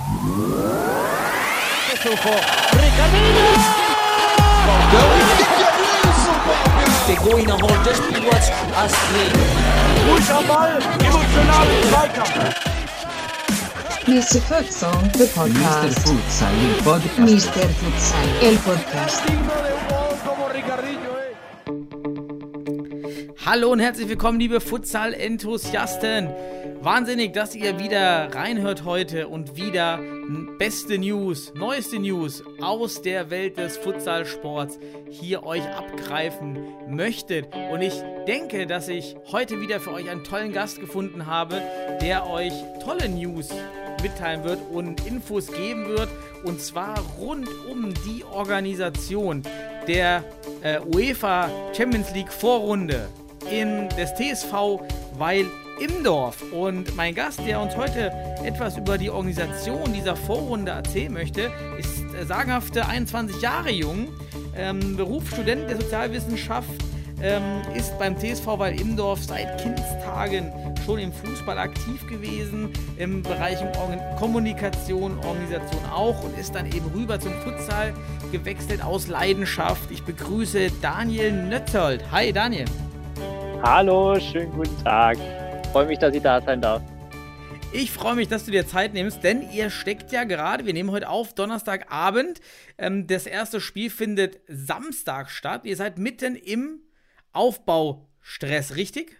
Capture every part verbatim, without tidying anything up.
Begoina holt das Spiel was Astrid. Ruhig am Ball, emotionalen Zweikampf. mister Futsal, the podcast. mister Futsal, il podcast. mister Futsal, el podcast. Hallo und herzlich willkommen, liebe Futsal-Enthusiasten. Wahnsinnig, dass ihr wieder reinhört heute und wieder beste News, neueste News aus der Welt des Futsalsports hier euch abgreifen möchtet. Und ich denke, dass ich heute wieder für euch einen tollen Gast gefunden habe, der euch tolle News mitteilen wird und Infos geben wird. Und zwar rund um die Organisation der äh, UEFA Champions League Vorrunde in des T S V Weil Imdorf. Und mein Gast, der uns heute etwas über die Organisation dieser Vorrunde erzählen möchte, ist äh, sagenhafte einundzwanzig Jahre jung, ähm, Berufsstudent der Sozialwissenschaft, ähm, ist beim T S V Weil Imdorf seit Kindestagen schon im Fußball aktiv gewesen, im Bereich Organ- Kommunikation, Organisation auch, und ist dann eben rüber zum Futsal gewechselt aus Leidenschaft. Ich begrüße Daniel Nötzold. Hi Daniel. Hallo, schönen guten Tag. Ich freue mich, dass ich da sein darf. Ich freue mich, dass du dir Zeit nimmst, denn ihr steckt ja gerade, wir nehmen heute auf, Donnerstagabend. Ähm, das erste Spiel findet Samstag statt. Ihr seid mitten im Aufbaustress, richtig?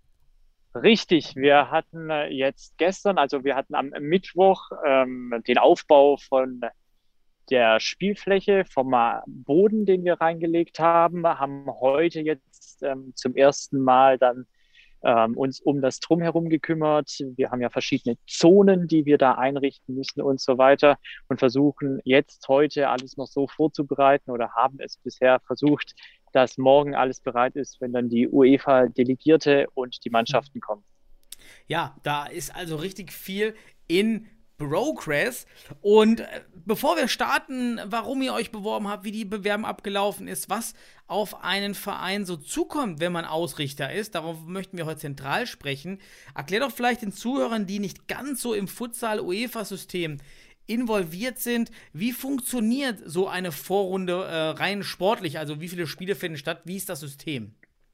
Richtig, wir hatten jetzt gestern, also wir hatten am Mittwoch ähm, den Aufbau von der Spielfläche, vom Boden, den wir reingelegt haben, haben heute jetzt ähm, zum ersten Mal dann ähm, uns um das Drumherum gekümmert. Wir haben ja verschiedene Zonen, die wir da einrichten müssen und so weiter, und versuchen jetzt heute alles noch so vorzubereiten oder haben es bisher versucht, dass morgen alles bereit ist, wenn dann die UEFA-Delegierte und die Mannschaften kommen. Ja, da ist also richtig viel in Progress. Und bevor wir starten, warum ihr euch beworben habt, wie die Bewerbung abgelaufen ist, was auf einen Verein so zukommt, wenn man Ausrichter ist, darauf möchten wir heute zentral sprechen. Erklär doch vielleicht den Zuhörern, die nicht ganz so im Futsal-UEFA-System involviert sind, wie funktioniert so eine Vorrunde äh, rein sportlich, also wie viele Spiele finden statt, wie ist das System?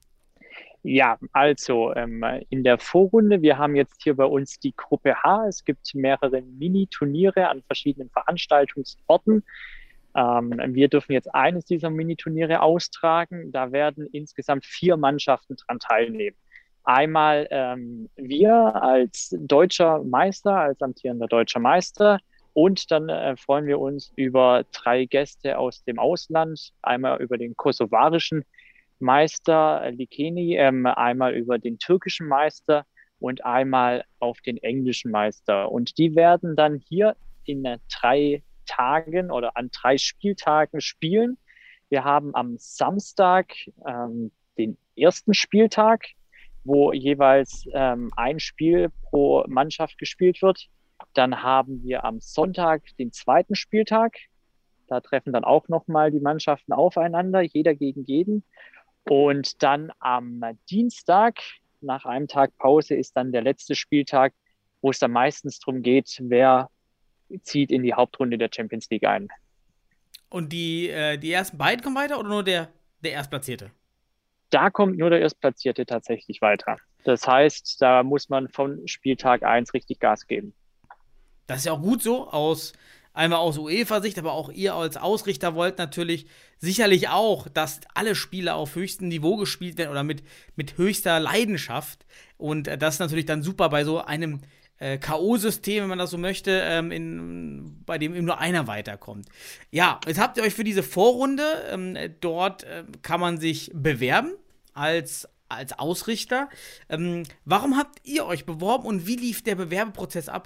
Ja, also ähm, in der Vorrunde, wir haben jetzt hier bei uns die Gruppe H. Es gibt mehrere Mini-Turniere an verschiedenen Veranstaltungsorten. Ähm, wir dürfen jetzt eines dieser Mini-Turniere austragen. Da werden insgesamt vier Mannschaften dran teilnehmen. Einmal ähm, wir als deutscher Meister, als amtierender deutscher Meister. Und dann äh, freuen wir uns über drei Gäste aus dem Ausland. Einmal über den kosovarischen Meister Likeni, ähm, einmal über den türkischen Meister und einmal auf den englischen Meister. Und die werden dann hier in äh, drei Tagen oder an drei Spieltagen spielen. Wir haben am Samstag ähm, den ersten Spieltag, wo jeweils ähm, ein Spiel pro Mannschaft gespielt wird. Dann haben wir am Sonntag den zweiten Spieltag. Da treffen dann auch nochmal die Mannschaften aufeinander, jeder gegen jeden. Und dann am Dienstag, nach einem Tag Pause, ist dann der letzte Spieltag, wo es dann meistens darum geht, wer zieht in die Hauptrunde der Champions League ein. Und die, äh, die ersten beiden kommen weiter oder nur der, der Erstplatzierte? Da kommt nur der Erstplatzierte tatsächlich weiter. Das heißt, da muss man von Spieltag eins richtig Gas geben. Das ist ja auch gut so, aus einmal aus UEFA-Sicht, aber auch ihr als Ausrichter wollt natürlich sicherlich auch, dass alle Spiele auf höchstem Niveau gespielt werden oder mit, mit höchster Leidenschaft. Und das ist natürlich dann super bei so einem äh, K O-System, wenn man das so möchte, ähm, in, bei dem eben nur einer weiterkommt. Ja, jetzt habt ihr euch für diese Vorrunde, ähm, dort äh, kann man sich bewerben als, als Ausrichter. Ähm, warum habt ihr euch beworben und wie lief der Bewerbeprozess ab?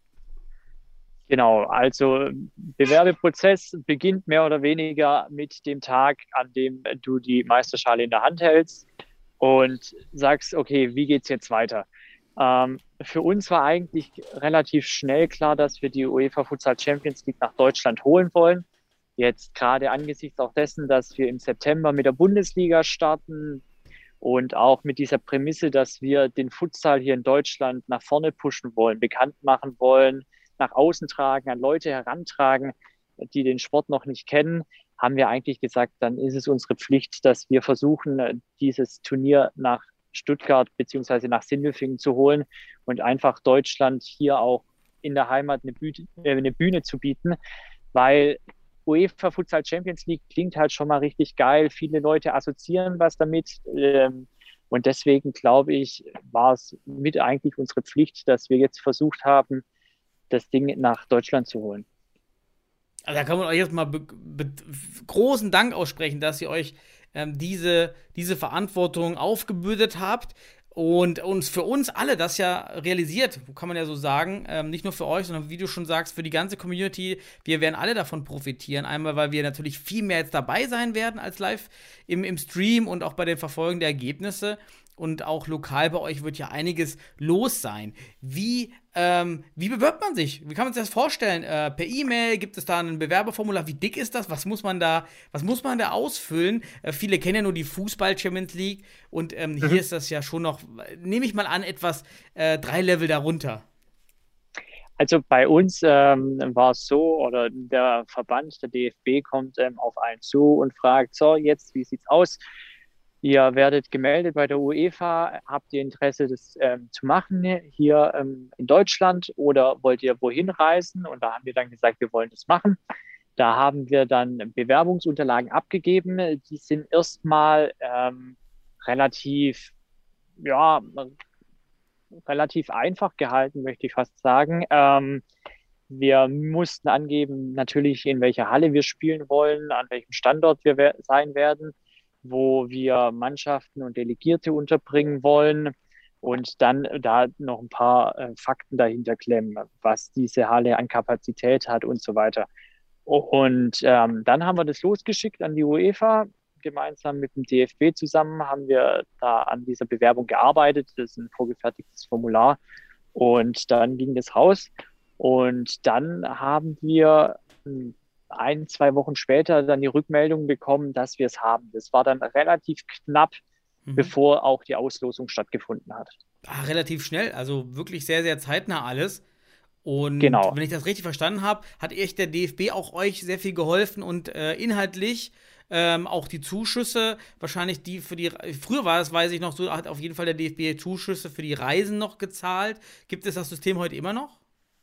Genau, also Bewerbeprozess beginnt mehr oder weniger mit dem Tag, an dem du die Meisterschale in der Hand hältst und sagst, okay, wie geht's jetzt weiter? Ähm, für uns war eigentlich relativ schnell klar, dass wir die UEFA Futsal Champions League nach Deutschland holen wollen. Jetzt gerade angesichts auch dessen, dass wir im September mit der Bundesliga starten und auch mit dieser Prämisse, dass wir den Futsal hier in Deutschland nach vorne pushen wollen, bekannt machen wollen, nach außen tragen, an Leute herantragen, die den Sport noch nicht kennen, haben wir eigentlich gesagt, dann ist es unsere Pflicht, dass wir versuchen, dieses Turnier nach Stuttgart beziehungsweise nach Sindelfingen zu holen und einfach Deutschland hier auch in der Heimat eine Bühne, äh, eine Bühne zu bieten, weil UEFA Futsal Champions League klingt halt schon mal richtig geil. Viele Leute assoziieren was damit. Ähm, und deswegen, glaube ich, war es mit eigentlich unsere Pflicht, dass wir jetzt versucht haben, das Ding nach Deutschland zu holen. Also da kann man euch jetzt mal be- be- großen Dank aussprechen, dass ihr euch ähm, diese, diese Verantwortung aufgebürdet habt und uns für uns alle das ja realisiert, kann man ja so sagen, ähm, nicht nur für euch, sondern wie du schon sagst, für die ganze Community. Wir werden alle davon profitieren. Einmal, weil wir natürlich viel mehr jetzt dabei sein werden als live im, im Stream und auch bei den Verfolgen der Ergebnisse. Und auch lokal bei euch wird ja einiges los sein. Wie, ähm, wie bewirbt man sich? Wie kann man sich das vorstellen? Äh, per E-Mail? Gibt es da ein Bewerberformular? Wie dick ist das? Was muss man da, was muss man da ausfüllen? Äh, viele kennen ja nur die Fußball-Champions League. Und ähm, mhm. hier ist das ja schon noch, nehme ich mal an, etwas äh, drei Level darunter. Also bei uns ähm, war es so, oder der Verband, der D F B, kommt ähm, auf einen zu und fragt, so, jetzt, wie sieht's aus? Ihr werdet gemeldet bei der UEFA, habt ihr Interesse, das ähm, zu machen hier ähm, in Deutschland oder wollt ihr wohin reisen? Und da haben wir dann gesagt, wir wollen das machen. Da haben wir dann Bewerbungsunterlagen abgegeben. Die sind erstmal ähm, relativ, ja, relativ einfach gehalten, möchte ich fast sagen. Ähm, wir mussten angeben, natürlich, in welcher Halle wir spielen wollen, an welchem Standort wir we- sein werden, wo wir Mannschaften und Delegierte unterbringen wollen und dann da noch ein paar äh, Fakten dahinter klemmen, was diese Halle an Kapazität hat und so weiter. Und ähm, dann haben wir das losgeschickt an die UEFA. Gemeinsam mit dem D F B zusammen haben wir da an dieser Bewerbung gearbeitet. Das ist ein vorgefertigtes Formular. Und dann ging das raus. Und dann haben wir ein, zwei Wochen später dann die Rückmeldung bekommen, dass wir es haben. Das war dann relativ knapp, mhm. bevor auch die Auslosung stattgefunden hat. Ah, relativ schnell, also wirklich sehr, sehr zeitnah alles. Und genau. Wenn ich das richtig verstanden habe, hat echt der D F B auch euch sehr viel geholfen und äh, inhaltlich ähm, auch die Zuschüsse, wahrscheinlich die für die, früher war es, weiß ich noch so, hat auf jeden Fall der D F B Zuschüsse für die Reisen noch gezahlt. Gibt es das System heute immer noch?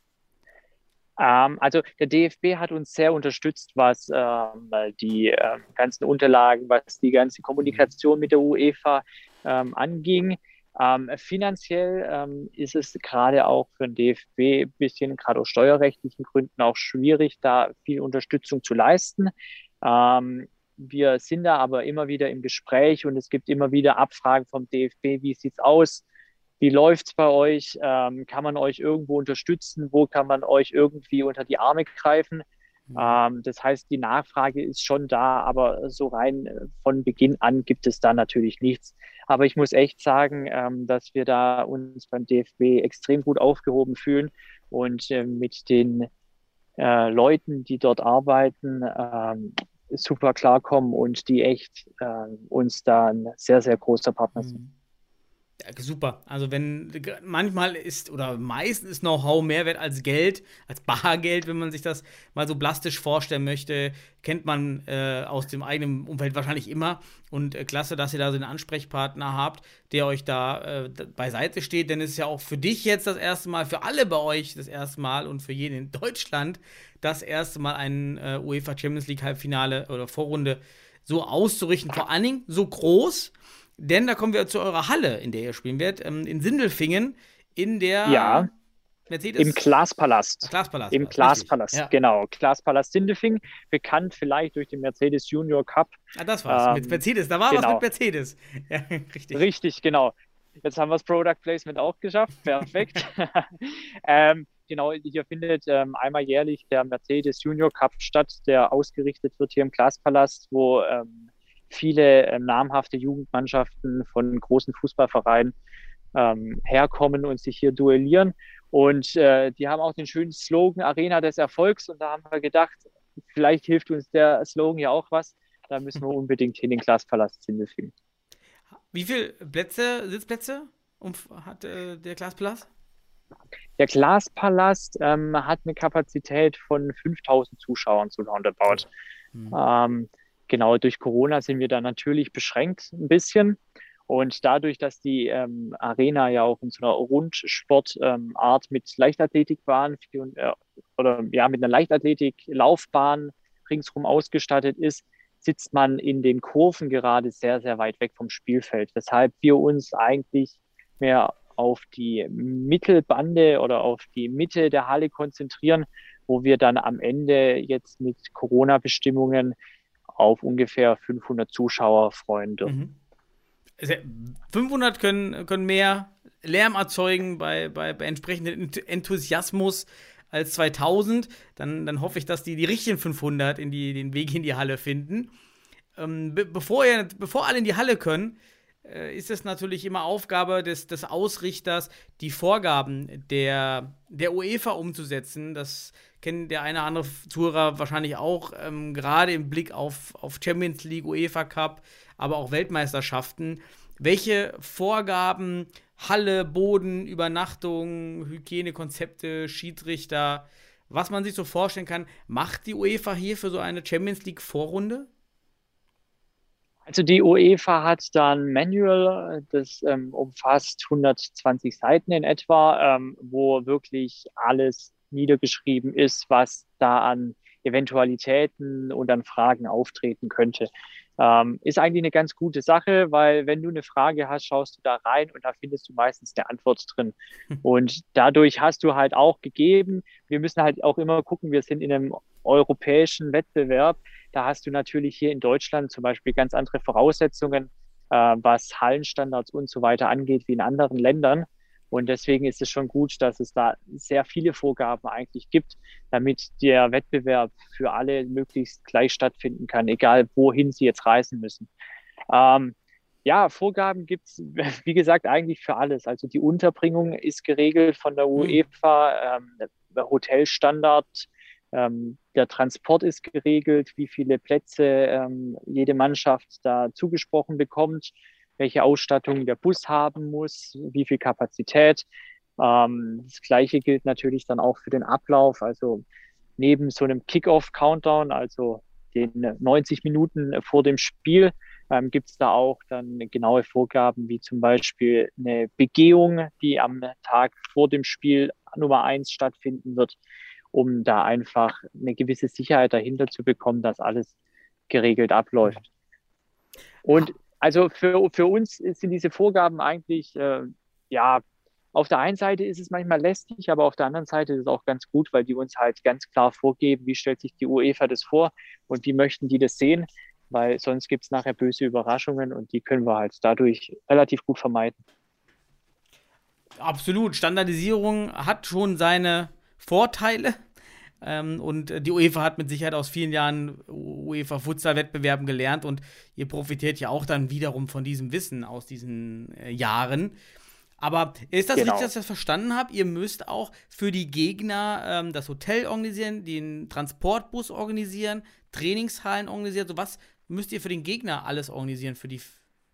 Also der D F B hat uns sehr unterstützt, was ähm, die ähm, ganzen Unterlagen, was die ganze Kommunikation mit der UEFA ähm, anging. Ähm, finanziell ähm, ist es gerade auch für den D F B ein bisschen, gerade aus steuerrechtlichen Gründen, auch schwierig, da viel Unterstützung zu leisten. Ähm, wir sind da aber immer wieder im Gespräch und es gibt immer wieder Abfragen vom D F B, wie sieht's aus? Wie läuft's bei euch? Ähm, kann man euch irgendwo unterstützen? Wo kann man euch irgendwie unter die Arme greifen? Mhm. Ähm, das heißt, die Nachfrage ist schon da, aber so rein von Beginn an gibt es da natürlich nichts. Aber ich muss echt sagen, ähm, dass wir da uns beim D F B extrem gut aufgehoben fühlen und äh, mit den äh, Leuten, die dort arbeiten, ähm, super klarkommen und die echt äh, uns da ein sehr, sehr großer Partner sind. Mhm. Ja, super. Also wenn manchmal ist oder meistens ist Know-how mehr wert als Geld, als Bargeld, wenn man sich das mal so plastisch vorstellen möchte, kennt man äh, aus dem eigenen Umfeld wahrscheinlich immer. Und äh, klasse, dass ihr da so einen Ansprechpartner habt, der euch da äh, beiseite steht. Denn es ist ja auch für dich jetzt das erste Mal, für alle bei euch das erste Mal und für jeden in Deutschland das erste Mal ein äh, UEFA Champions League Halbfinale oder Vorrunde so auszurichten. Vor allen Dingen so groß. Denn da kommen wir zu eurer Halle, in der ihr spielen werdet, ähm, in Sindelfingen, in der ja, Mercedes... im Glaspalast. Glaspalast. Im Glaspalast, ja. Genau. Glaspalast Sindelfingen, bekannt vielleicht durch den Mercedes Junior Cup. Ah, das war's, ähm, mit Mercedes, da war genau. was mit Mercedes. Ja, richtig. Richtig, genau. Jetzt haben wir das Product Placement auch geschafft, perfekt. ähm, genau, hier findet ähm, einmal jährlich der Mercedes Junior Cup statt, der ausgerichtet wird hier im Glaspalast, wo... Ähm, viele äh, namhafte Jugendmannschaften von großen Fußballvereinen ähm, herkommen und sich hier duellieren. Und äh, die haben auch den schönen Slogan Arena des Erfolgs. Und da haben wir gedacht, vielleicht hilft uns der Slogan ja auch was. Da müssen wir unbedingt hin in den Glaspalast Sindelfingen. Wie viele Plätze, Sitzplätze hat äh, der Glaspalast? Der Glaspalast ähm, hat eine Kapazität von fünftausend Zuschauern, so roundabout. Mhm. Ähm, genau, durch Corona sind wir da natürlich beschränkt ein bisschen. Und dadurch, dass die ähm, Arena ja auch in so einer Rundsportart ähm, mit Leichtathletikbahn äh, oder ja mit einer Leichtathletik-Laufbahn ringsherum ausgestattet ist, sitzt man in den Kurven gerade sehr, sehr weit weg vom Spielfeld. Weshalb wir uns eigentlich mehr auf die Mittelbande oder auf die Mitte der Halle konzentrieren, wo wir dann am Ende jetzt mit Corona-Bestimmungen auf ungefähr fünfhundert Zuschauer freuen dürfen. Mhm. fünfhundert können, können mehr Lärm erzeugen bei, bei, bei entsprechendem Enthusiasmus als zweitausend. Dann, dann hoffe ich, dass die die richtigen fünfhundert in die, den Weg in die Halle finden. Ähm, be- bevor, ihr, bevor alle in die Halle können, äh, ist es natürlich immer Aufgabe des, des Ausrichters, die Vorgaben der, der UEFA umzusetzen. Das kennt der eine oder andere Zuhörer wahrscheinlich auch, ähm, gerade im Blick auf, auf Champions League, UEFA Cup, aber auch Weltmeisterschaften. Welche Vorgaben, Halle, Boden, Übernachtung, Hygienekonzepte, Schiedsrichter, was man sich so vorstellen kann, macht die UEFA hier für so eine Champions League Vorrunde? Also die UEFA hat dann Manual, das ähm, umfasst hundertzwanzig Seiten in etwa, ähm, wo wirklich alles niedergeschrieben ist, was da an Eventualitäten und an Fragen auftreten könnte. Ähm, ist eigentlich eine ganz gute Sache, weil wenn du eine Frage hast, schaust du da rein und da findest du meistens eine Antwort drin. Und dadurch hast du halt auch gegeben, wir müssen halt auch immer gucken, wir sind in einem europäischen Wettbewerb, da hast du natürlich hier in Deutschland zum Beispiel ganz andere Voraussetzungen, äh, was Hallenstandards und so weiter angeht, wie in anderen Ländern. Und deswegen ist es schon gut, dass es da sehr viele Vorgaben eigentlich gibt, damit der Wettbewerb für alle möglichst gleich stattfinden kann, egal wohin sie jetzt reisen müssen. Ähm, ja, Vorgaben gibt es, wie gesagt, eigentlich für alles. Also die Unterbringung ist geregelt von der UEFA, ähm, der Hotelstandard, ähm, der Transport ist geregelt, wie viele Plätze ähm, jede Mannschaft da zugesprochen bekommt, welche Ausstattung der Bus haben muss, wie viel Kapazität. Ähm, das Gleiche gilt natürlich dann auch für den Ablauf. Also neben so einem Kick-Off-Countdown, also den neunzig Minuten vor dem Spiel, ähm, gibt es da auch dann genaue Vorgaben, wie zum Beispiel eine Begehung, die am Tag vor dem Spiel Nummer eins stattfinden wird, um da einfach eine gewisse Sicherheit dahinter zu bekommen, dass alles geregelt abläuft. Und also für, für uns sind diese Vorgaben eigentlich, äh, ja, auf der einen Seite ist es manchmal lästig, aber auf der anderen Seite ist es auch ganz gut, weil die uns halt ganz klar vorgeben, wie stellt sich die UEFA das vor und wie möchten die das sehen, weil sonst gibt es nachher böse Überraschungen und die können wir halt dadurch relativ gut vermeiden. Absolut. Standardisierung hat schon seine Vorteile. Ähm, und die UEFA hat mit Sicherheit aus vielen Jahren UEFA-Futsal-Wettbewerben gelernt und ihr profitiert ja auch dann wiederum von diesem Wissen aus diesen äh, Jahren. Aber ist das Genau. richtig, dass ich das verstanden habe? Ihr müsst auch für die Gegner ähm, das Hotel organisieren, den Transportbus organisieren, Trainingshallen organisieren. So was müsst ihr für den Gegner alles organisieren? Für die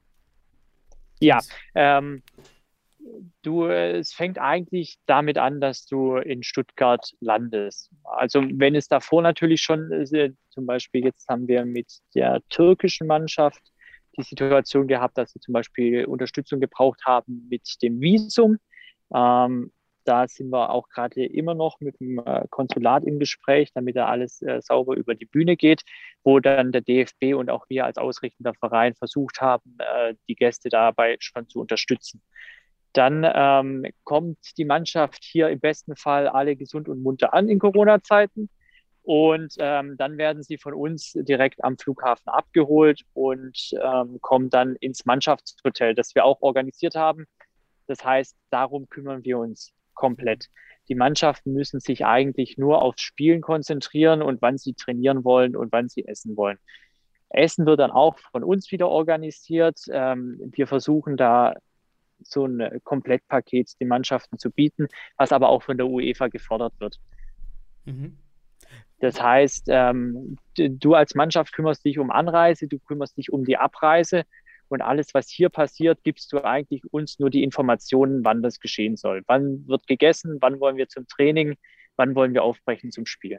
Ja, ähm, du, es fängt eigentlich damit an, dass du in Stuttgart landest. Also wenn es davor natürlich schon, äh, zum Beispiel jetzt haben wir mit der türkischen Mannschaft die Situation gehabt, dass sie zum Beispiel Unterstützung gebraucht haben mit dem Visum. Ähm, da sind wir auch gerade immer noch mit dem äh, Konsulat im Gespräch, damit da alles äh, sauber über die Bühne geht, wo dann der D F B und auch wir als ausrichtender Verein versucht haben, äh, die Gäste dabei schon zu unterstützen. Dann ähm, kommt die Mannschaft hier im besten Fall alle gesund und munter an in Corona-Zeiten. Und ähm, dann werden sie von uns direkt am Flughafen abgeholt und ähm, kommen dann ins Mannschaftshotel, das wir auch organisiert haben. Das heißt, darum kümmern wir uns komplett. Die Mannschaften müssen sich eigentlich nur aufs Spielen konzentrieren und wann sie trainieren wollen und wann sie essen wollen. Essen wird dann auch von uns wieder organisiert. Ähm, wir versuchen da so ein Komplettpaket den Mannschaften zu bieten, was aber auch von der UEFA gefordert wird. Mhm. Das heißt, ähm, du als Mannschaft kümmerst dich um Anreise, du kümmerst dich um die Abreise Und alles, was hier passiert, gibst du eigentlich uns nur die Informationen, wann das geschehen soll. Wann wird gegessen, wann wollen wir zum Training, wann wollen wir aufbrechen zum Spiel.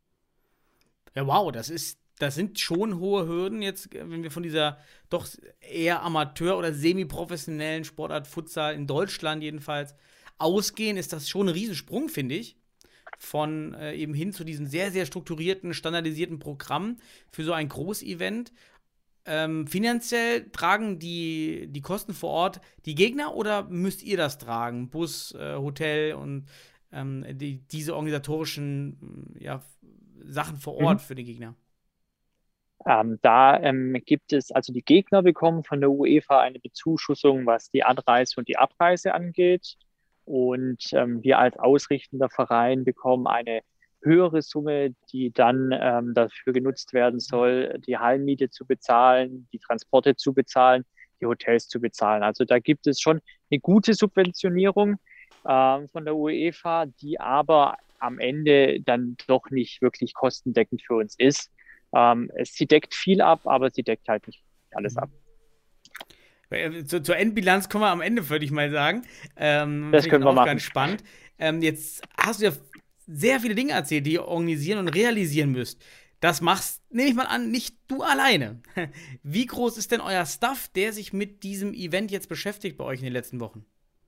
Ja, wow, das ist, das sind schon hohe Hürden jetzt, wenn wir von dieser doch eher Amateur- oder semi-professionellen Sportart Futsal in Deutschland jedenfalls ausgehen, ist das schon ein Riesensprung, finde ich. Von äh, eben hin zu diesem sehr, sehr strukturierten, standardisierten Programm für so ein Großevent. Ähm, finanziell tragen die, die Kosten vor Ort die Gegner oder müsst ihr das tragen? Bus, äh, Hotel und ähm, die, diese organisatorischen ja, Sachen vor Ort mhm. für die Gegner? Ähm, da ähm, gibt es, also die Gegner bekommen von der UEFA eine Bezuschussung, was die Anreise und die Abreise angeht. Und ähm, wir als ausrichtender Verein bekommen eine höhere Summe, die dann ähm, dafür genutzt werden soll, die Hallenmiete zu bezahlen, die Transporte zu bezahlen, die Hotels zu bezahlen. Also da gibt es schon eine gute Subventionierung ähm, von der UEFA, die aber am Ende dann doch nicht wirklich kostendeckend für uns ist. Ähm, sie deckt viel ab, aber sie deckt halt nicht alles ab. Zur, zur Endbilanz kommen wir am Ende, würde ich mal sagen. Ähm, das können wir auch machen. Ganz spannend. Ähm, jetzt hast du ja sehr viele Dinge erzählt, die ihr organisieren und realisieren müsst. Das machst, nehme ich mal an, nicht du alleine. Wie groß ist denn euer Staff, der sich mit diesem Event jetzt beschäftigt bei euch in den letzten Wochen?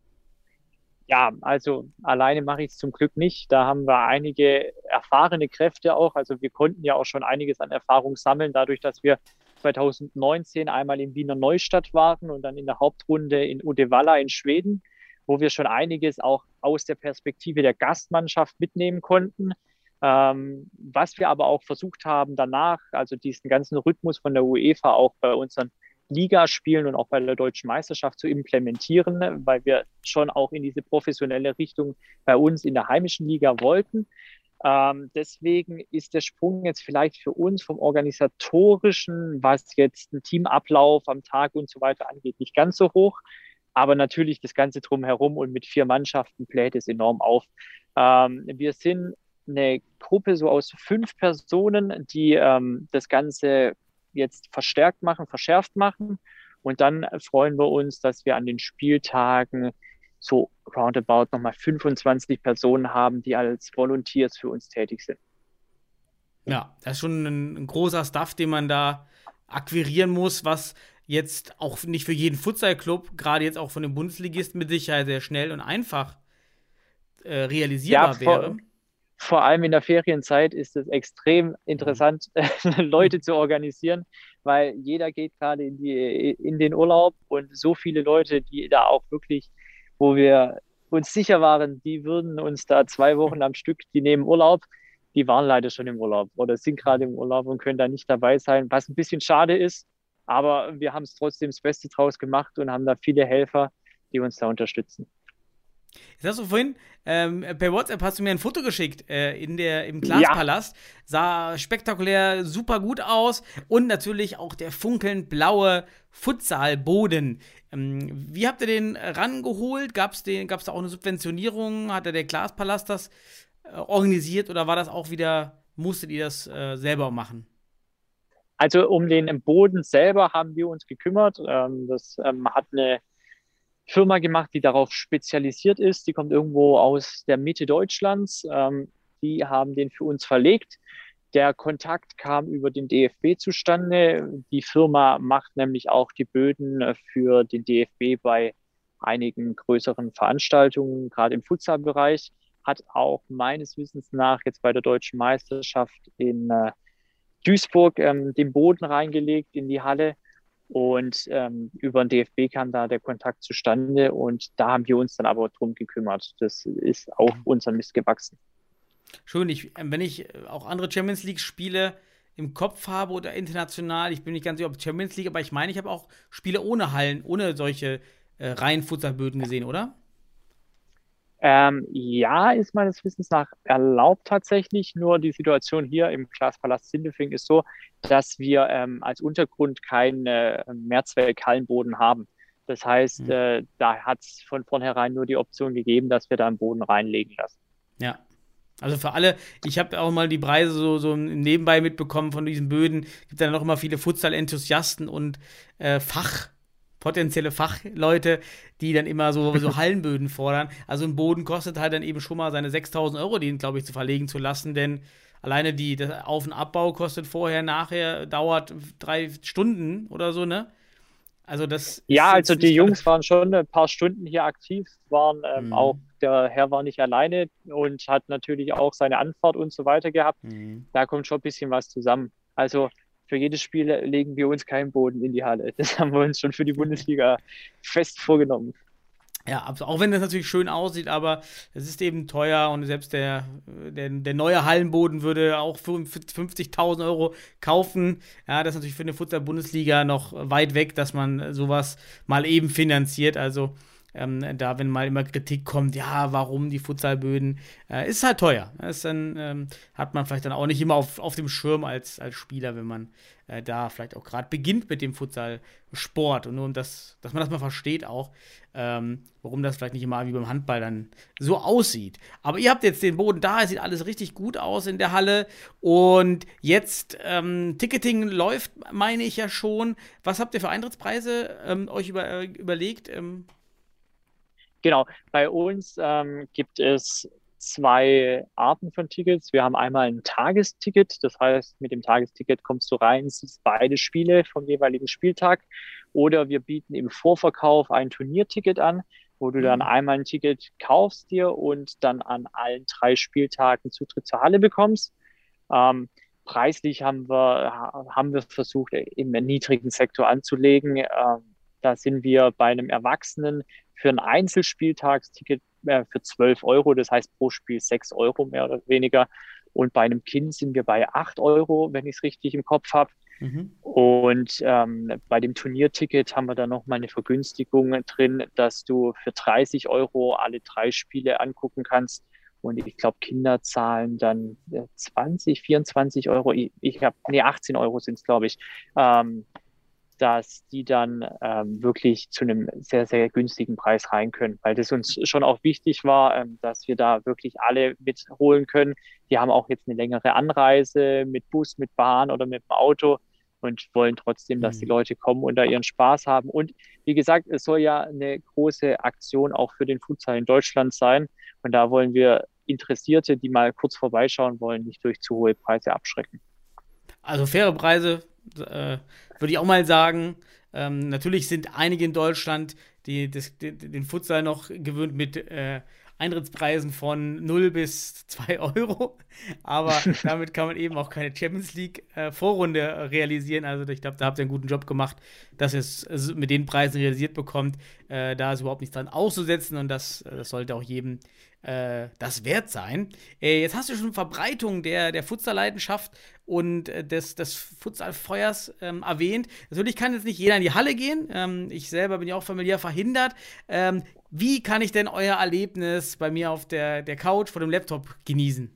Ja, also alleine mache ich es zum Glück nicht. Da haben wir einige erfahrene Kräfte auch. Also wir konnten ja auch schon einiges an Erfahrung sammeln, dadurch, dass wir zwanzig neunzehn einmal in Wiener Neustadt waren und dann in der Hauptrunde in Uddevalla in Schweden, wo wir schon einiges auch aus der Perspektive der Gastmannschaft mitnehmen konnten. Ähm, was wir aber auch versucht haben danach, also diesen ganzen Rhythmus von der UEFA auch bei unseren Ligaspielen und auch bei der Deutschen Meisterschaft zu implementieren, weil wir schon auch in diese professionelle Richtung bei uns in der heimischen Liga wollten. Ähm, deswegen ist der Sprung jetzt vielleicht für uns vom Organisatorischen, was jetzt einen Teamablauf am Tag und so weiter angeht, nicht ganz so hoch. Aber natürlich das Ganze drumherum und mit vier Mannschaften bläht es enorm auf. Ähm, wir sind eine Gruppe so aus fünf Personen, die ähm, das Ganze jetzt verstärkt machen, verschärft machen. Und dann freuen wir uns, dass wir an den Spieltagen so roundabout nochmal fünfundzwanzig Personen haben, die als Volunteers für uns tätig sind. Ja, das ist schon ein, ein großer Stuff, den man da akquirieren muss, was jetzt auch nicht für jeden Futsal-Club, gerade jetzt auch von den Bundesligisten mit Sicherheit sehr schnell und einfach äh, realisierbar ja, vor, wäre. Vor allem in der Ferienzeit ist es extrem interessant, Leute zu organisieren, weil jeder geht gerade in, die, in den Urlaub und so viele Leute, die da auch wirklich, wo wir uns sicher waren, die würden uns da zwei Wochen am Stück, die nehmen Urlaub, die waren leider schon im Urlaub oder sind gerade im Urlaub und können da nicht dabei sein, was ein bisschen schade ist, aber wir haben es trotzdem das Beste draus gemacht und haben da viele Helfer, die uns da unterstützen. Jetzt hast du vorhin, ähm, per WhatsApp hast du mir ein Foto geschickt äh, in der, im Glaspalast. Ja. Sah spektakulär super gut aus und natürlich auch der funkelnd blaue Futsalboden. Ähm, wie habt ihr den rangeholt? Gab es gab's da auch eine Subventionierung? Hat der Glaspalast das äh, organisiert oder war das auch wieder, musstet ihr das äh, selber machen? Also um den Boden selber haben wir uns gekümmert. Ähm, das ähm, hat eine Firma gemacht, die darauf spezialisiert ist. Die kommt irgendwo aus der Mitte Deutschlands. Ähm, die haben den für uns verlegt. Der Kontakt kam über den D F B zustande. Die Firma macht nämlich auch die Böden für den D F B bei einigen größeren Veranstaltungen, gerade im Futsalbereich. Hat auch meines Wissens nach jetzt bei der Deutschen Meisterschaft in äh, Duisburg ähm, den Boden reingelegt in die Halle. Und ähm, über den D F B kam da der Kontakt zustande und da haben wir uns dann aber drum gekümmert. Das ist auf unseren Mist gewachsen. Schön, ich, wenn ich auch andere Champions League-Spiele im Kopf habe oder international, ich bin nicht ganz sicher, ob Champions League, aber ich meine, ich habe auch Spiele ohne Hallen, ohne solche äh, reinen Futsalböden gesehen, oder? Ähm, ja, ist meines Wissens nach erlaubt tatsächlich. Nur die Situation hier im Glaspalast Sindelfingen ist so, dass wir ähm, als Untergrund keinen äh, Mehrzweck-Hallenboden haben. Das heißt, mhm. äh, da hat es von vornherein nur die Option gegeben, dass wir da einen Boden reinlegen lassen. Ja. Also für alle, ich habe auch mal die Preise so, so nebenbei mitbekommen von diesen Böden. Es gibt dann noch immer viele Futsal-Enthusiasten und äh, Fach potenzielle Fachleute, die dann immer so, so Hallenböden fordern. Also ein Boden kostet halt dann eben schon mal seine sechstausend Euro, den, glaube ich, zu verlegen zu lassen, denn alleine die, der Auf- und Abbau kostet vorher, nachher, dauert drei Stunden oder so, ne? Also das Ja, ist also jetzt die nicht Jungs gerade- waren schon ein paar Stunden hier aktiv, waren ähm, Mhm. auch, der Herr war nicht alleine und hat natürlich auch seine Anfahrt und so weiter gehabt. Mhm. Da kommt schon ein bisschen was zusammen. Also für jedes Spiel legen wir uns keinen Boden in die Halle. Das haben wir uns schon für die Bundesliga fest vorgenommen. Ja, abs- auch wenn das natürlich schön aussieht, aber es ist eben teuer und selbst der, der, der neue Hallenboden würde auch für fünfzigtausend Euro kaufen. Ja, das ist natürlich für eine Futsal-Bundesliga noch weit weg, dass man sowas mal eben finanziert. Also ähm, da, wenn mal immer Kritik kommt, ja, warum die Futsalböden, äh, ist halt teuer. Das ist dann, ähm, hat man vielleicht dann auch nicht immer auf, auf dem Schirm als, als Spieler, wenn man äh, da vielleicht auch gerade beginnt mit dem Futsalsport. Und nur um das, dass man das mal versteht auch, ähm, warum das vielleicht nicht immer wie beim Handball dann so aussieht. Aber ihr habt jetzt den Boden da, es sieht alles richtig gut aus in der Halle. Und jetzt, ähm, Ticketing läuft, meine ich ja schon. Was habt ihr für Eintrittspreise ähm, euch über, äh, überlegt? Ähm, Genau, bei uns ähm, gibt es zwei Arten von Tickets. Wir haben einmal ein Tagesticket, das heißt, mit dem Tagesticket kommst du rein, siehst beide Spiele vom jeweiligen Spieltag. Oder wir bieten im Vorverkauf ein Turnierticket an, wo du dann Mhm. einmal ein Ticket kaufst dir und dann an allen drei Spieltagen Zutritt zur Halle bekommst. Ähm, preislich haben wir, haben wir versucht, im niedrigen Sektor anzulegen. Ähm, da sind wir bei einem Erwachsenen für ein Einzelspieltagsticket äh, für zwölf Euro, das heißt pro Spiel sechs Euro mehr oder weniger. Und bei einem Kind sind wir bei acht Euro, wenn ich es richtig im Kopf habe. mhm. Und ähm, bei dem Turnierticket haben wir dann nochmal eine Vergünstigung drin, dass du für dreißig Euro alle drei Spiele angucken kannst. Und ich glaube, Kinder zahlen dann äh, zwanzig, vierundzwanzig Euro. Ich, ich habe, nee, achtzehn Euro sind es, glaube ich. Ähm, dass die dann ähm, wirklich zu einem sehr, sehr günstigen Preis rein können, weil das uns schon auch wichtig war, ähm, dass wir da wirklich alle mitholen können. Die haben auch jetzt eine längere Anreise mit Bus, mit Bahn oder mit dem Auto und wollen trotzdem, dass die Mhm. Leute kommen und da ihren Spaß haben. Und wie gesagt, es soll ja eine große Aktion auch für den Futsal in Deutschland sein. Und da wollen wir Interessierte, die mal kurz vorbeischauen wollen, nicht durch zu hohe Preise abschrecken. Also faire Preise, äh, würde ich auch mal sagen. Ähm, natürlich sind einige in Deutschland, die, das, die den Futsal noch gewöhnt mit äh, Eintrittspreisen von null bis zwei Euro. Aber damit kann man eben auch keine Champions League äh, Vorrunde realisieren. Also ich glaube, da habt ihr einen guten Job gemacht, dass ihr es also mit den Preisen realisiert bekommt. Äh, da ist überhaupt nichts dran auszusetzen und das, das sollte auch jedem äh, das wert sein. Äh, jetzt hast du schon Verbreitung der, der Futsal-Leidenschaft und äh, des, des Futsal-Feuers ähm, erwähnt. Natürlich kann jetzt nicht jeder in die Halle gehen. Ähm, ich selber bin ja auch familiär verhindert. Ähm, wie kann ich denn euer Erlebnis bei mir auf der, der Couch vor dem Laptop genießen?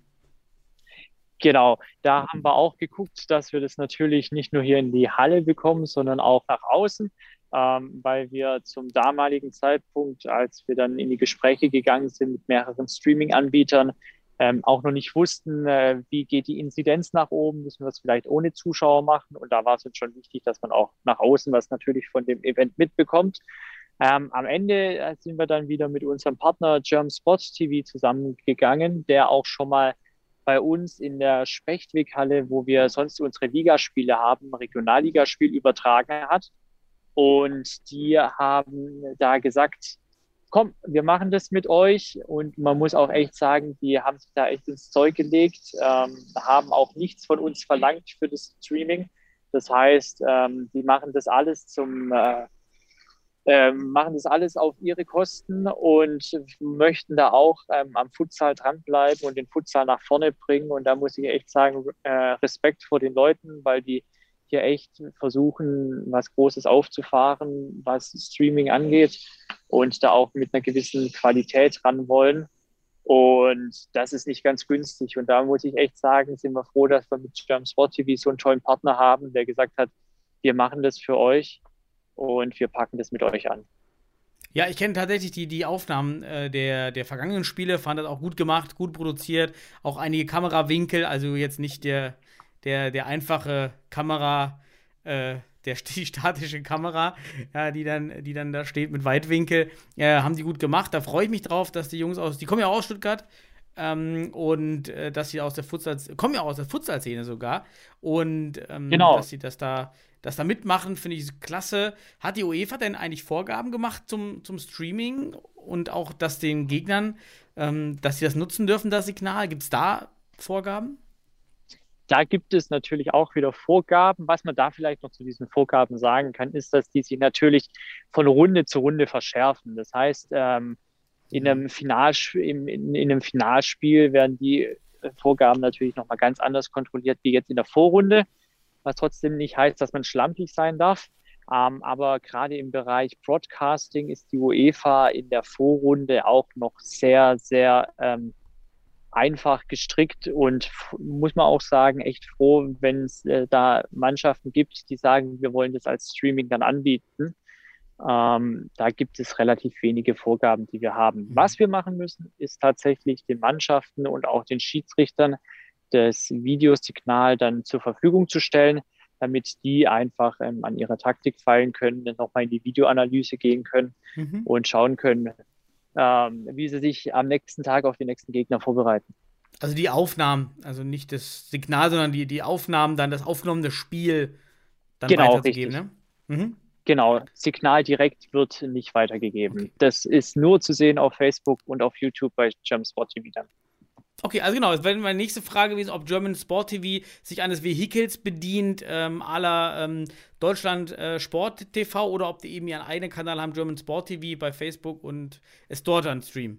Genau, da haben wir auch geguckt, dass wir das natürlich nicht nur hier in die Halle bekommen, sondern auch nach außen, ähm, weil wir zum damaligen Zeitpunkt, als wir dann in die Gespräche gegangen sind mit mehreren Streaming-Anbietern, ähm, auch noch nicht wussten, äh, wie geht die Inzidenz nach oben, müssen wir es vielleicht ohne Zuschauer machen. Und da war es uns schon wichtig, dass man auch nach außen was natürlich von dem Event mitbekommt. Ähm, am Ende äh, sind wir dann wieder mit unserem Partner German Sports T V zusammengegangen, der auch schon mal bei uns in der Spechtweghalle, wo wir sonst unsere Ligaspiele haben, Regionalligaspiel übertragen hat. Und die haben da gesagt, komm, wir machen das mit euch. Und man muss auch echt sagen, die haben sich da echt ins Zeug gelegt, ähm, haben auch nichts von uns verlangt für das Streaming. Das heißt, ähm, die machen das alles zum äh, Ähm, machen das alles auf ihre Kosten und möchten da auch ähm, am Futsal dranbleiben und den Futsal nach vorne bringen. Und da muss ich echt sagen, äh, Respekt vor den Leuten, weil die hier echt versuchen, was Großes aufzufahren, was Streaming angeht und da auch mit einer gewissen Qualität ran wollen. Und das ist nicht ganz günstig. Und da muss ich echt sagen, sind wir froh, dass wir mit German Sport T V so einen tollen Partner haben, der gesagt hat, wir machen das für euch. Und wir packen das mit euch an. Ja, ich kenne tatsächlich die, die Aufnahmen äh, der, der vergangenen Spiele, fand das auch gut gemacht, gut produziert, auch einige Kamerawinkel, also jetzt nicht der, der, der einfache Kamera, äh, der, die statische Kamera, ja, die, dann, die dann da steht mit Weitwinkel, äh, haben die gut gemacht. Da freue ich mich drauf, dass die Jungs aus, die kommen ja auch aus Stuttgart, ähm, und äh, dass sie aus der Futsal, kommen ja auch aus der Futsal-Szene sogar, und ähm, Genau. dass sie das da, das da mitmachen, finde ich klasse. Hat die UEFA denn eigentlich Vorgaben gemacht zum, zum Streaming und auch, dass den Gegnern, ähm, dass sie das nutzen dürfen, das Signal? Gibt es da Vorgaben? Da gibt es natürlich auch wieder Vorgaben. Was man da vielleicht noch zu diesen Vorgaben sagen kann, ist, dass die sich natürlich von Runde zu Runde verschärfen. Das heißt, ähm, in einem Finalspiel, in, in, in einem Finalspiel werden die Vorgaben natürlich nochmal ganz anders kontrolliert wie jetzt in der Vorrunde, was trotzdem nicht heißt, dass man schlampig sein darf. Ähm, aber gerade im Bereich Broadcasting ist die UEFA in der Vorrunde auch noch sehr, sehr ähm, einfach gestrickt und muss man auch sagen, echt froh, wenn es äh, da Mannschaften gibt, die sagen, wir wollen das als Streaming dann anbieten. Ähm, da gibt es relativ wenige Vorgaben, die wir haben. Mhm. Was wir machen müssen, ist tatsächlich den Mannschaften und auch den Schiedsrichtern das Videosignal dann zur Verfügung zu stellen, damit die einfach ähm, an ihrer Taktik feilen können, dann nochmal in die Videoanalyse gehen können Mhm. und schauen können, ähm, wie sie sich am nächsten Tag auf den nächsten Gegner vorbereiten. Also die Aufnahmen, also nicht das Signal, sondern die, die Aufnahmen, dann das aufgenommene Spiel dann Genau, weiterzugeben, richtig. ne? Mhm. Genau, Signal direkt wird nicht weitergegeben. Okay. Das ist nur zu sehen auf Facebook und auf YouTube bei German Sport T V dann. Okay, also genau, das wäre meine nächste Frage gewesen, ob German Sport T V sich eines Vehikels bedient, ähm, à la ähm, Deutschland äh, Sport T V, oder ob die eben ihren eigenen Kanal haben, German Sport T V bei Facebook, und es dort dann streamen.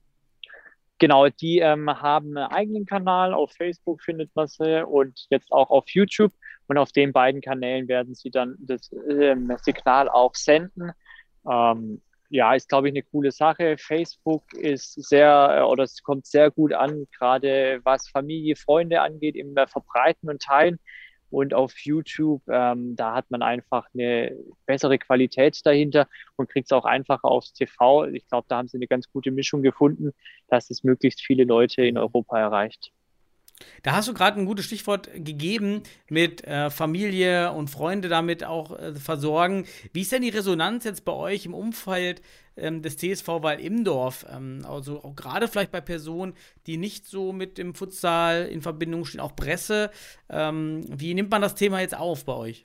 Genau, die ähm, haben einen eigenen Kanal, auf Facebook findet man sie und jetzt auch auf YouTube, und auf den beiden Kanälen werden sie dann das ähm, Signal auch senden. Ähm, ja, ist, glaube ich, eine coole Sache. Facebook ist sehr, oder es kommt sehr gut an, gerade was Familie, Freunde angeht, im Verbreiten und Teilen. Und auf YouTube, ähm, da hat man einfach eine bessere Qualität dahinter und kriegt es auch einfacher aufs T V. Ich glaube, da haben sie eine ganz gute Mischung gefunden, dass es möglichst viele Leute in Europa erreicht. Da hast du gerade ein gutes Stichwort gegeben mit äh, Familie und Freunde damit auch äh, versorgen. Wie ist denn die Resonanz jetzt bei euch im Umfeld ähm, des T S V Weil-Imdorf? Ähm, also auch gerade vielleicht bei Personen, die nicht so mit dem Futsal in Verbindung stehen, auch Presse. Ähm, wie nimmt man das Thema jetzt auf bei euch?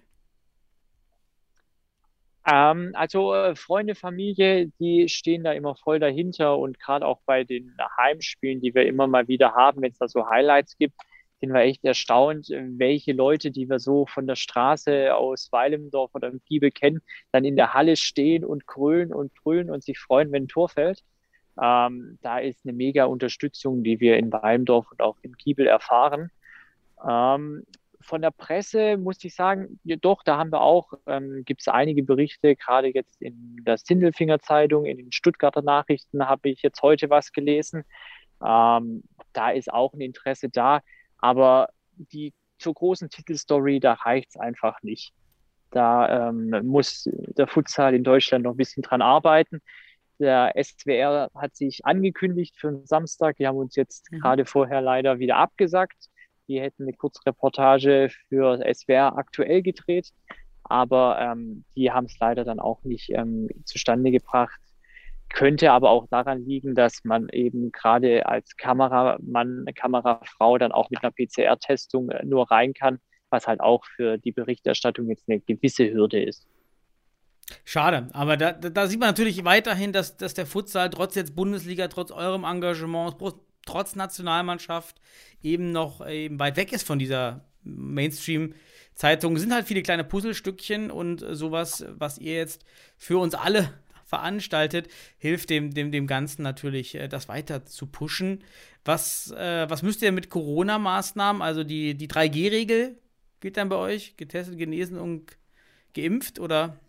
Ähm, also äh, Freunde, Familie, die stehen da immer voll dahinter, und gerade auch bei den Heimspielen, die wir immer mal wieder haben, wenn es da so Highlights gibt, sind wir echt erstaunt, äh, welche Leute, die wir so von der Straße aus Weil-Imdorf oder im Giebel kennen, dann in der Halle stehen und grölen und brüllen und sich freuen, wenn ein Tor fällt. Ähm, da ist eine mega Unterstützung, die wir in Weil-Imdorf und auch im Giebel erfahren. Ähm, Von der Presse muss ich sagen, ja, doch, da haben wir auch, ähm, gibt es einige Berichte, gerade jetzt in der Sindelfinger Zeitung, in den Stuttgarter Nachrichten habe ich jetzt heute was gelesen. Ähm, da ist auch ein Interesse da, aber die zur großen Titelstory, da reicht es einfach nicht. Da ähm, muss der Futsal in Deutschland noch ein bisschen dran arbeiten. Der S W R hat sich angekündigt für den Samstag. Die haben uns jetzt Mhm. gerade vorher leider wieder abgesagt. Die hätten eine Kurzreportage für S W R aktuell gedreht, aber ähm, die haben es leider dann auch nicht ähm, zustande gebracht. Könnte aber auch daran liegen, dass man eben gerade als Kameramann, Kamerafrau dann auch mit einer P C R-Testung nur rein kann, was halt auch für die Berichterstattung jetzt eine gewisse Hürde ist. Schade, aber da, da sieht man natürlich weiterhin, dass, dass der Futsal trotz jetzt Bundesliga, trotz eurem Engagement, trotz Nationalmannschaft eben noch eben weit weg ist von dieser Mainstream-Zeitung. Es sind halt viele kleine Puzzlestückchen, und sowas, was ihr jetzt für uns alle veranstaltet, hilft dem, dem, dem Ganzen natürlich, das weiter zu pushen. Was, äh, was müsst ihr mit Corona-Maßnahmen, also die, die drei G Regel gilt dann bei euch? Getestet, genesen und geimpft, oder?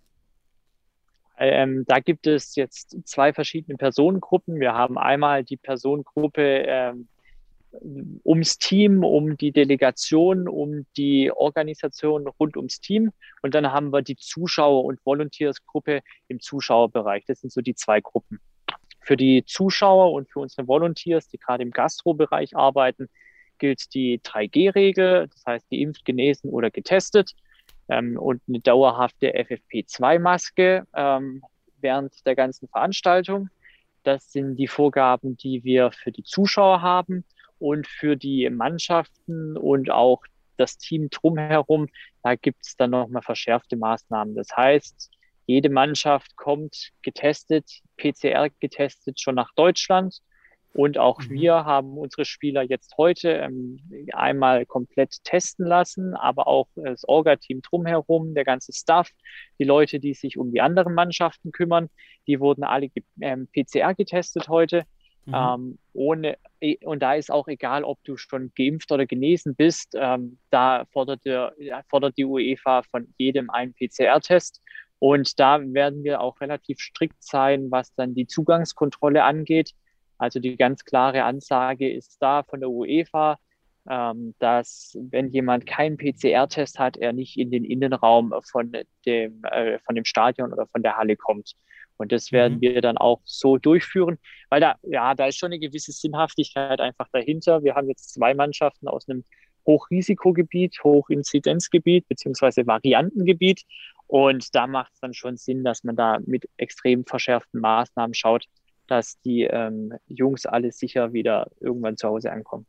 Ähm, da gibt es jetzt zwei verschiedene Personengruppen. Wir haben einmal die Personengruppe ähm, ums Team, um die Delegation, um die Organisation rund ums Team. Und dann haben wir die Zuschauer- und Volunteersgruppe im Zuschauerbereich. Das sind so die zwei Gruppen. Für die Zuschauer und für unsere Volunteers, die gerade im Gastrobereich arbeiten, gilt die drei G Regel. Das heißt, geimpft, genesen oder getestet. ähm, und eine dauerhafte F F P zwei Maske ähm, während der ganzen Veranstaltung. Das sind die Vorgaben, die wir für die Zuschauer haben und für die Mannschaften und auch das Team drumherum. Da gibt es dann nochmal verschärfte Maßnahmen. Das heißt, jede Mannschaft kommt getestet, P C R getestet schon nach Deutschland. Und auch Mhm. wir haben unsere Spieler jetzt heute ähm, einmal komplett testen lassen, aber auch das Orga-Team drumherum, der ganze Staff, die Leute, die sich um die anderen Mannschaften kümmern, die wurden alle ähm, P C R getestet heute. Mhm. Ähm, ohne, und da ist auch egal, ob du schon geimpft oder genesen bist, ähm, da fordert, der, fordert die UEFA von jedem einen P C R-Test. Und da werden wir auch relativ strikt sein, was dann die Zugangskontrolle angeht. Also die ganz klare Ansage ist da von der UEFA, ähm, dass wenn jemand keinen P C R-Test hat, er nicht in den Innenraum von dem, äh, von dem Stadion oder von der Halle kommt. Und das werden Mhm. wir dann auch so durchführen, weil da, ja, da ist schon eine gewisse Sinnhaftigkeit einfach dahinter. Wir haben jetzt zwei Mannschaften aus einem Hochrisikogebiet, Hochinzidenzgebiet beziehungsweise Variantengebiet. Und da macht es dann schon Sinn, dass man da mit extrem verschärften Maßnahmen schaut, dass die ähm, Jungs alle sicher wieder irgendwann zu Hause ankommen.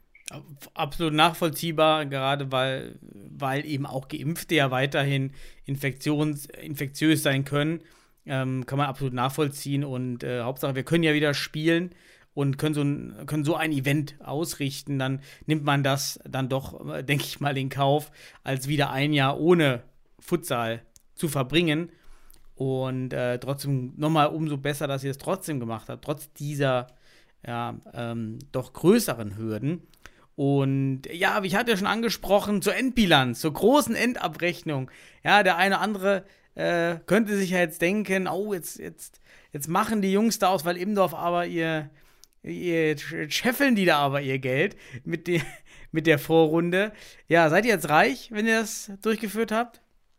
Absolut nachvollziehbar, gerade weil, weil eben auch Geimpfte ja weiterhin infektions, infektiös sein können. Ähm, kann man absolut nachvollziehen und äh, Hauptsache, wir können ja wieder spielen und können so, ein, können so ein Event ausrichten, dann nimmt man das dann doch, äh, denke ich mal, in Kauf, als wieder ein Jahr ohne Futsal zu verbringen. Und äh, trotzdem nochmal umso besser, dass ihr es trotzdem gemacht habt, trotz dieser ja, ähm, doch größeren Hürden. Und ja, wie ich hatte ja schon angesprochen, zur Endbilanz, zur großen Endabrechnung. Ja, der eine oder andere äh, könnte sich ja jetzt denken, oh, jetzt, jetzt, jetzt machen die Jungs da aus Wall-Imdorf aber ihr, ihr scheffeln die da aber ihr Geld mit, die, mit der Vorrunde. Ja, seid ihr jetzt reich, wenn ihr das durchgeführt habt?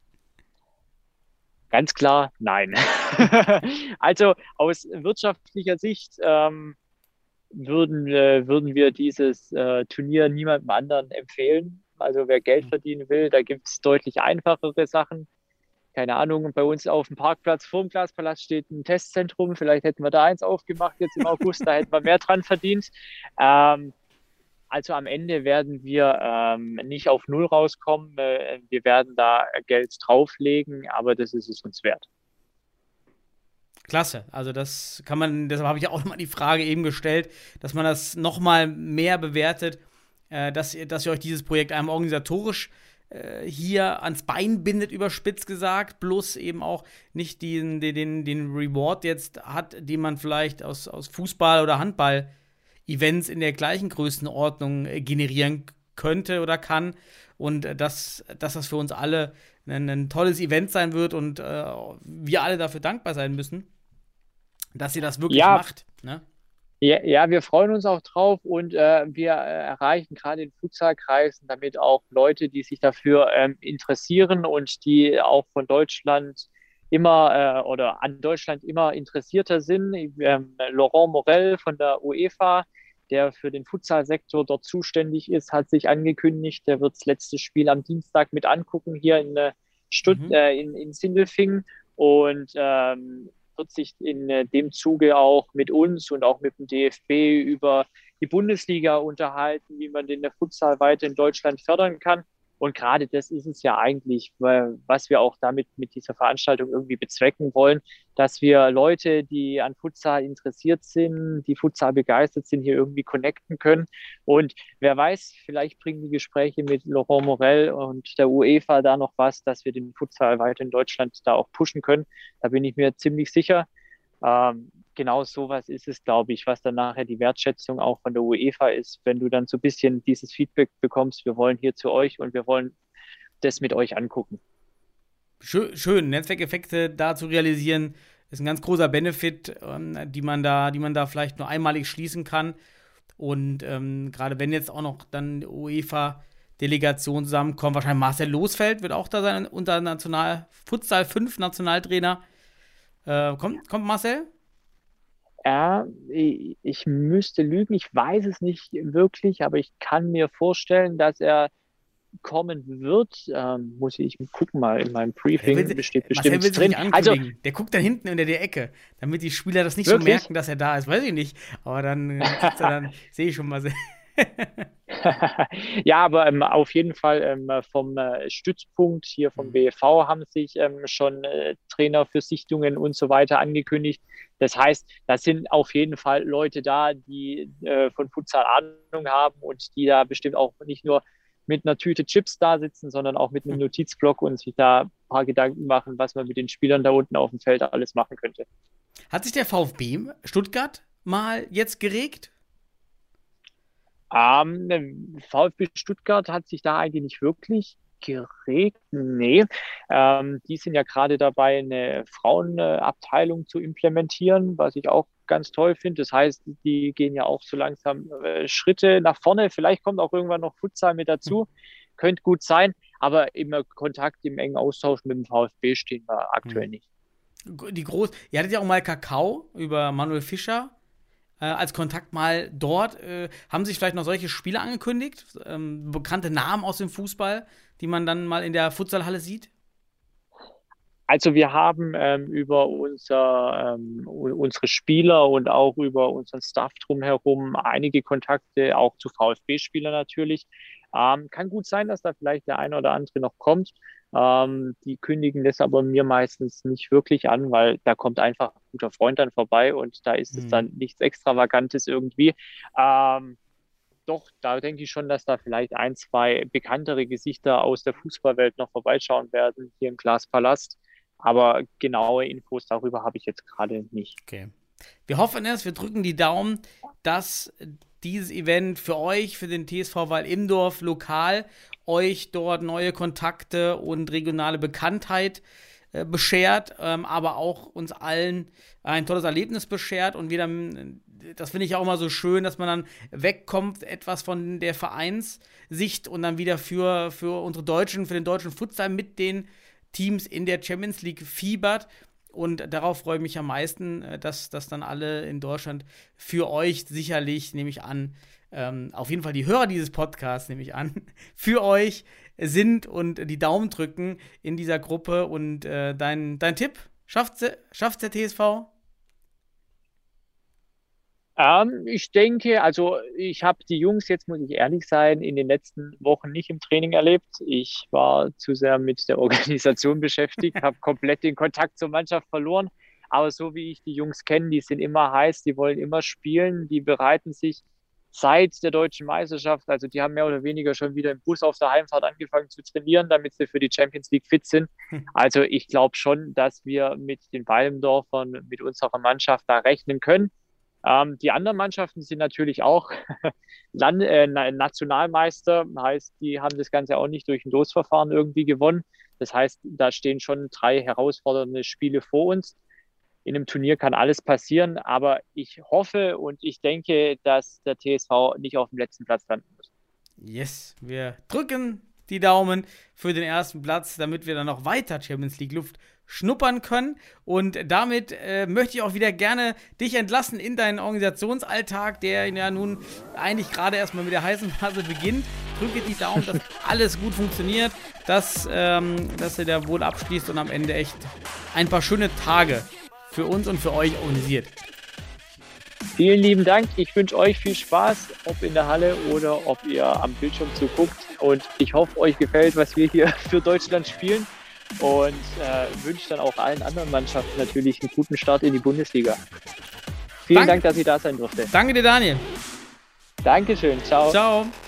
Ganz klar, nein. Also aus wirtschaftlicher Sicht ähm, würden, äh, würden wir dieses äh, Turnier niemandem anderen empfehlen. Also wer Geld verdienen will, da gibt es deutlich einfachere Sachen. Keine Ahnung, bei uns auf dem Parkplatz vor dem Glaspalast steht ein Testzentrum. Vielleicht hätten wir da eins aufgemacht jetzt im August, da hätten wir mehr dran verdient. Ähm, Also am Ende werden wir ähm, nicht auf Null rauskommen. Äh, wir werden da Geld drauflegen, aber das ist es uns wert. Klasse, also das kann man, deshalb habe ich auch nochmal die Frage eben gestellt, dass man das nochmal mehr bewertet, äh, dass, ihr, dass ihr euch dieses Projekt einem organisatorisch äh, hier ans Bein bindet, überspitzt gesagt, bloß eben auch nicht den, den, den Reward jetzt hat, den man vielleicht aus, aus Fußball oder Handball Events in der gleichen Größenordnung äh, generieren könnte oder kann und äh, dass, dass das für uns alle ein, ein tolles Event sein wird und äh, wir alle dafür dankbar sein müssen, dass ihr das wirklich Ja, macht. Ne? ja, ja, wir freuen uns auch drauf und äh, wir äh, erreichen gerade in Futsalkreisen damit auch Leute, die sich dafür ähm, interessieren und die auch von Deutschland immer äh, oder an Deutschland immer interessierter sind. Ähm, Laurent Morel von der UEFA, der für den Futsalsektor dort zuständig ist, hat sich angekündigt, der wird das letzte Spiel am Dienstag mit angucken hier in äh, Stutt Mhm. äh, in, in Sindelfingen und ähm, wird sich in äh, dem Zuge auch mit uns und auch mit dem D F B über die Bundesliga unterhalten, wie man den Futsal weiter in Deutschland fördern kann. Und gerade das ist es ja eigentlich, was wir auch damit mit dieser Veranstaltung irgendwie bezwecken wollen, dass wir Leute, die an Futsal interessiert sind, die Futsal begeistert sind, hier irgendwie connecten können. Und wer weiß, vielleicht bringen die Gespräche mit Laurent Morel und der UEFA da noch was, dass wir den Futsal weiter in Deutschland da auch pushen können. Da bin ich mir ziemlich sicher. Ähm, genau sowas ist es, glaube ich, was dann nachher die Wertschätzung auch von der UEFA ist, wenn du dann so ein bisschen dieses Feedback bekommst, wir wollen hier zu euch und wir wollen das mit euch angucken. Schön, schön, Netzwerkeffekte da zu realisieren, ist ein ganz großer Benefit, ähm, die man da, die man da vielleicht nur einmalig schließen kann. Und ähm, gerade wenn jetzt auch noch dann die UEFA-Delegation zusammenkommt, wahrscheinlich Marcel Losfeld wird auch da sein, unser National Futsal fünf Nationaltrainer. Äh, kommt, kommt Marcel? Ja, ich, ich müsste lügen, ich weiß es nicht wirklich, aber ich kann mir vorstellen, dass er kommen wird, ähm, muss ich gucken mal in meinem Briefing, will, besteht Marcel bestimmt will drin. sich Also, der guckt da hinten in der Ecke, damit die Spieler das nicht wirklich? so merken, dass er da ist. Weiß ich nicht, aber dann, dann sehe ich schon mal sehr. Ja, aber ähm, auf jeden Fall ähm, vom äh, Stützpunkt hier vom B V haben sich ähm, schon äh, Trainer für Sichtungen und so weiter angekündigt. Das heißt, da sind auf jeden Fall Leute da, die äh, von Futsal Ahnung haben und die da bestimmt auch nicht nur mit einer Tüte Chips da sitzen, sondern auch mit einem Notizblock und sich da ein paar Gedanken machen, was man mit den Spielern da unten auf dem Feld alles machen könnte. Hat sich der VfB Stuttgart mal jetzt geregt? Ähm, VfB Stuttgart hat sich da eigentlich nicht wirklich geregt. Nee, ähm, die sind ja gerade dabei, eine Frauenabteilung zu implementieren, was ich auch ganz toll finde. Das heißt, die gehen ja auch so langsam äh, Schritte nach vorne. Vielleicht kommt auch irgendwann noch Futsal mit dazu. Mhm. Könnte gut sein, aber im Kontakt, im engen Austausch mit dem VfB stehen wir aktuell mhm. nicht. Die groß, ihr hattet ja auch mal Kakao über Manuel Fischer äh, als Kontakt mal dort. Äh, haben sich vielleicht noch solche Spiele angekündigt? Ähm, bekannte Namen aus dem Fußball, die man dann mal in der Futsalhalle sieht? Also wir haben ähm, über unser, ähm, unsere Spieler und auch über unseren Staff drumherum einige Kontakte, auch zu VfB-Spielern natürlich. Ähm, kann gut sein, dass da vielleicht der eine oder andere noch kommt. Ähm, die kündigen das aber mir meistens nicht wirklich an, weil da kommt einfach ein guter Freund dann vorbei und da ist mhm. es dann nichts Extravagantes irgendwie. Ähm, Doch, da denke ich schon, dass da vielleicht ein, zwei bekanntere Gesichter aus der Fußballwelt noch vorbeischauen werden, hier im Glaspalast. Aber genaue Infos darüber habe ich jetzt gerade nicht. Okay. Wir hoffen es, wir drücken die Daumen, dass dieses Event für euch, für den T S V Weil-Imdorf lokal, euch dort neue Kontakte und regionale Bekanntheit äh, beschert, ähm, aber auch uns allen ein tolles Erlebnis beschert und wieder, das finde ich auch immer so schön, dass man dann wegkommt etwas von der Vereinssicht und dann wieder für, für unsere Deutschen, für den deutschen Futsal mit den Teams in der Champions League fiebert. Und darauf freue ich mich am meisten, dass das dann alle in Deutschland für euch sicherlich, nehme ich an, ähm, auf jeden Fall die Hörer dieses Podcasts, nehme ich an, für euch sind und die Daumen drücken in dieser Gruppe. Und äh, dein, dein Tipp, schafft's, schafft's der T S V? Ähm, ich denke, also ich habe die Jungs, jetzt muss ich ehrlich sein, in den letzten Wochen nicht im Training erlebt. Ich war zu sehr mit der Organisation beschäftigt, habe komplett den Kontakt zur Mannschaft verloren. Aber so wie ich die Jungs kenne, die sind immer heiß, die wollen immer spielen, die bereiten sich seit der deutschen Meisterschaft, also die haben mehr oder weniger schon wieder im Bus auf der Heimfahrt angefangen zu trainieren, damit sie für die Champions League fit sind. Also ich glaube schon, dass wir mit den Weil-Imdorfern, mit unserer Mannschaft da rechnen können. Ähm, die anderen Mannschaften sind natürlich auch Land, äh, Nationalmeister, heißt, die haben das Ganze auch nicht durch ein Losverfahren irgendwie gewonnen. Das heißt, da stehen schon drei herausfordernde Spiele vor uns. In einem Turnier kann alles passieren, aber ich hoffe und ich denke, dass der T S V nicht auf dem letzten Platz landen muss. Yes, wir drücken die Daumen für den ersten Platz, damit wir dann noch weiter Champions League Luft schnuppern können. Und damit äh, möchte ich auch wieder gerne dich entlassen in deinen Organisationsalltag, der ja nun eigentlich gerade erstmal mit der heißen Phase beginnt. Drücke die Daumen, dass alles gut funktioniert, dass, ähm, dass ihr da wohl abschließt und am Ende echt ein paar schöne Tage für uns und für euch organisiert. Vielen lieben Dank. Ich wünsche euch viel Spaß, ob in der Halle oder ob ihr am Bildschirm zuguckt. Und ich hoffe, euch gefällt, was wir hier für Deutschland spielen. Und äh, wünsche dann auch allen anderen Mannschaften natürlich einen guten Start in die Bundesliga. Vielen Dank. Dank, dass ich da sein durfte. Danke dir, Daniel. Dankeschön. Ciao. Ciao.